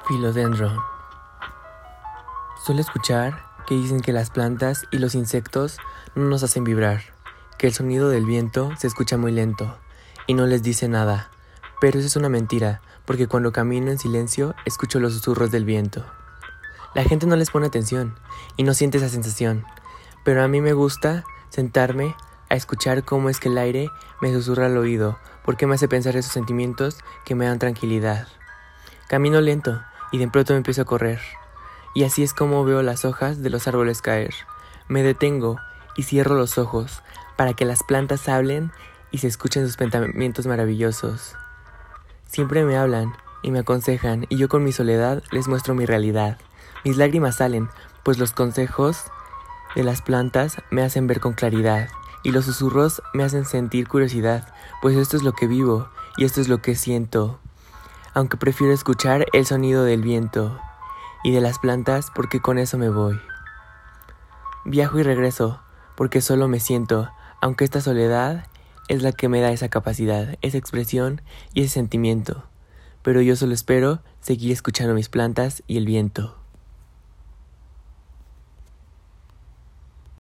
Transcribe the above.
Philodendron. Suelo escuchar que dicen que las plantas y los insectos no nos hacen vibrar, que el sonido del viento se escucha muy lento y no les dice nada, pero eso es una mentira, porque cuando camino en silencio escucho los susurros del viento. La gente no les pone atención y no siente esa sensación, pero a mí me gusta sentarme a escuchar cómo es que el aire me susurra al oído, porque me hace pensar esos sentimientos que me dan tranquilidad. Camino lento y de pronto me empiezo a correr, y así es como veo las hojas de los árboles caer. Me detengo y cierro los ojos para que las plantas hablen y se escuchen sus pensamientos maravillosos. Siempre me hablan y me aconsejan, y yo con mi soledad les muestro mi realidad. Mis lágrimas salen, pues los consejos de las plantas me hacen ver con claridad, y los susurros me hacen sentir curiosidad, pues esto es lo que vivo y esto es lo que siento. Aunque prefiero escuchar el sonido del viento y de las plantas, porque con eso me voy. Viajo y regreso porque solo me siento, aunque esta soledad es la que me da esa capacidad, esa expresión y ese sentimiento. Pero yo solo espero seguir escuchando mis plantas y el viento.